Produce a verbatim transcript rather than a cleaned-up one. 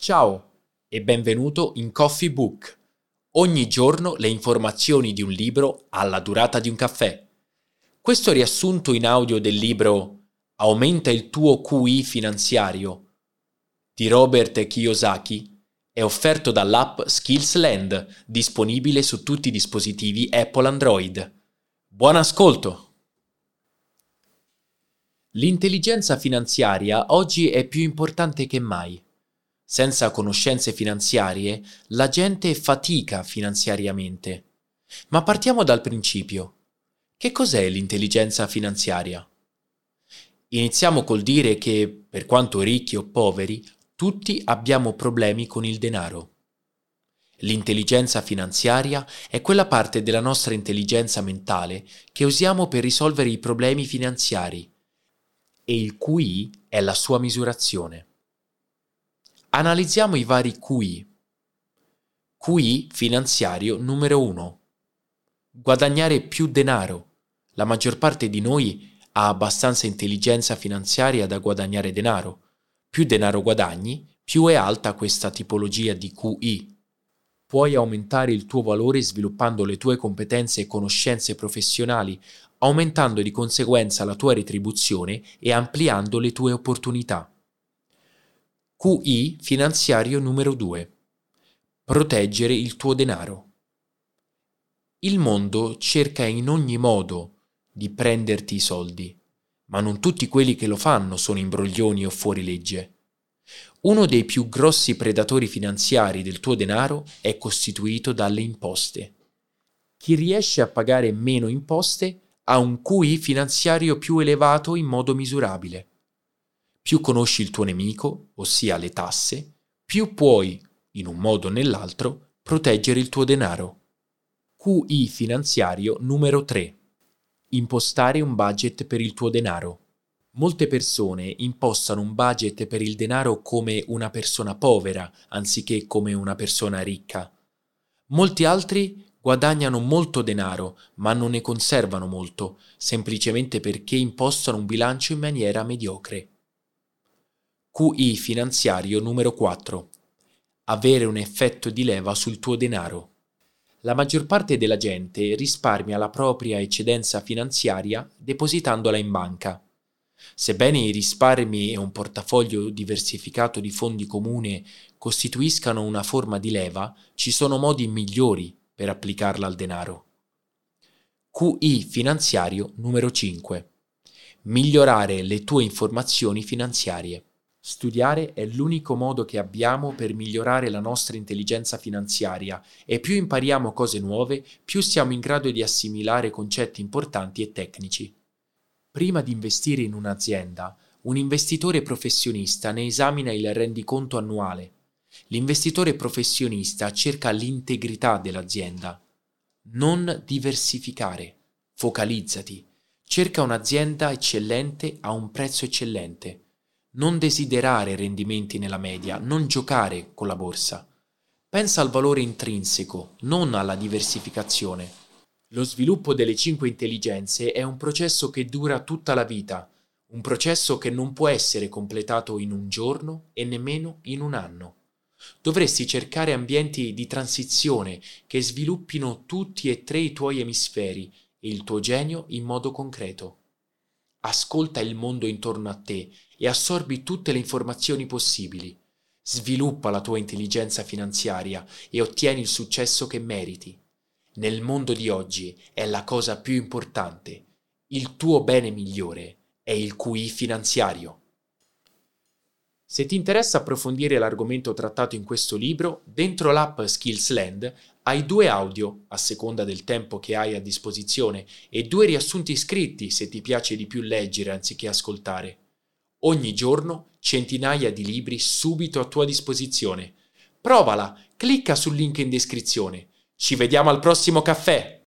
Ciao e benvenuto in Coffee Book. Ogni giorno le informazioni di un libro alla durata di un caffè. Questo riassunto in audio del libro Aumenta il tuo Q I finanziario di Robert Kiyosaki è offerto dall'app Skillsland, disponibile su tutti i dispositivi Apple Android. Buon ascolto! L'intelligenza finanziaria oggi è più importante che mai. Senza conoscenze finanziarie, la gente fatica finanziariamente. Ma partiamo dal principio. Che cos'è l'intelligenza finanziaria? Iniziamo col dire che, per quanto ricchi o poveri, tutti abbiamo problemi con il denaro. L'intelligenza finanziaria è quella parte della nostra intelligenza mentale che usiamo per risolvere i problemi finanziari e il Q I è la sua misurazione. Analizziamo i vari Q I. Q I finanziario numero uno. Guadagnare più denaro. La maggior parte di noi ha abbastanza intelligenza finanziaria da guadagnare denaro. Più denaro guadagni, più è alta questa tipologia di Q I. Puoi aumentare il tuo valore sviluppando le tue competenze e conoscenze professionali, aumentando di conseguenza la tua retribuzione e ampliando le tue opportunità. Q I finanziario numero due. Proteggere il tuo denaro. Il mondo cerca in ogni modo di prenderti i soldi, ma non tutti quelli che lo fanno sono imbroglioni o fuorilegge. Uno dei più grossi predatori finanziari del tuo denaro è costituito dalle imposte. Chi riesce a pagare meno imposte ha un Q I finanziario più elevato in modo misurabile. Più conosci il tuo nemico, ossia le tasse, più puoi, in un modo o nell'altro, proteggere il tuo denaro. Q I finanziario numero tre. Impostare un budget per il tuo denaro. Molte persone impostano un budget per il denaro come una persona povera, anziché come una persona ricca. Molti altri guadagnano molto denaro, ma non ne conservano molto, semplicemente perché impostano un bilancio in maniera mediocre. Q I finanziario numero quattro. Avere un effetto di leva sul tuo denaro. La maggior parte della gente risparmia la propria eccedenza finanziaria depositandola in banca. Sebbene i risparmi e un portafoglio diversificato di fondi comune costituiscano una forma di leva, ci sono modi migliori per applicarla al denaro. Q I finanziario numero cinque. Migliorare le tue informazioni finanziarie. Studiare è l'unico modo che abbiamo per migliorare la nostra intelligenza finanziaria e più impariamo cose nuove, più siamo in grado di assimilare concetti importanti e tecnici. Prima di investire in un'azienda, un investitore professionista ne esamina il rendiconto annuale. L'investitore professionista cerca l'integrità dell'azienda. Non diversificare. Focalizzati. Cerca un'azienda eccellente a un prezzo eccellente. Non desiderare rendimenti nella media, non giocare con la borsa. Pensa al valore intrinseco, non alla diversificazione. Lo sviluppo delle cinque intelligenze è un processo che dura tutta la vita, un processo che non può essere completato in un giorno e nemmeno in un anno. Dovresti cercare ambienti di transizione che sviluppino tutti e tre i tuoi emisferi e il tuo genio in modo concreto. Ascolta il mondo intorno a te e assorbi tutte le informazioni possibili. Sviluppa la tua intelligenza finanziaria e ottieni il successo che meriti. Nel mondo di oggi è la cosa più importante. Il tuo bene migliore è il Q I finanziario. Se ti interessa approfondire l'argomento trattato in questo libro, dentro l'app Skillsland hai due audio, a seconda del tempo che hai a disposizione, e due riassunti scritti se ti piace di più leggere anziché ascoltare. Ogni giorno centinaia di libri subito a tua disposizione. Provala, clicca sul link in descrizione. Ci vediamo al prossimo caffè!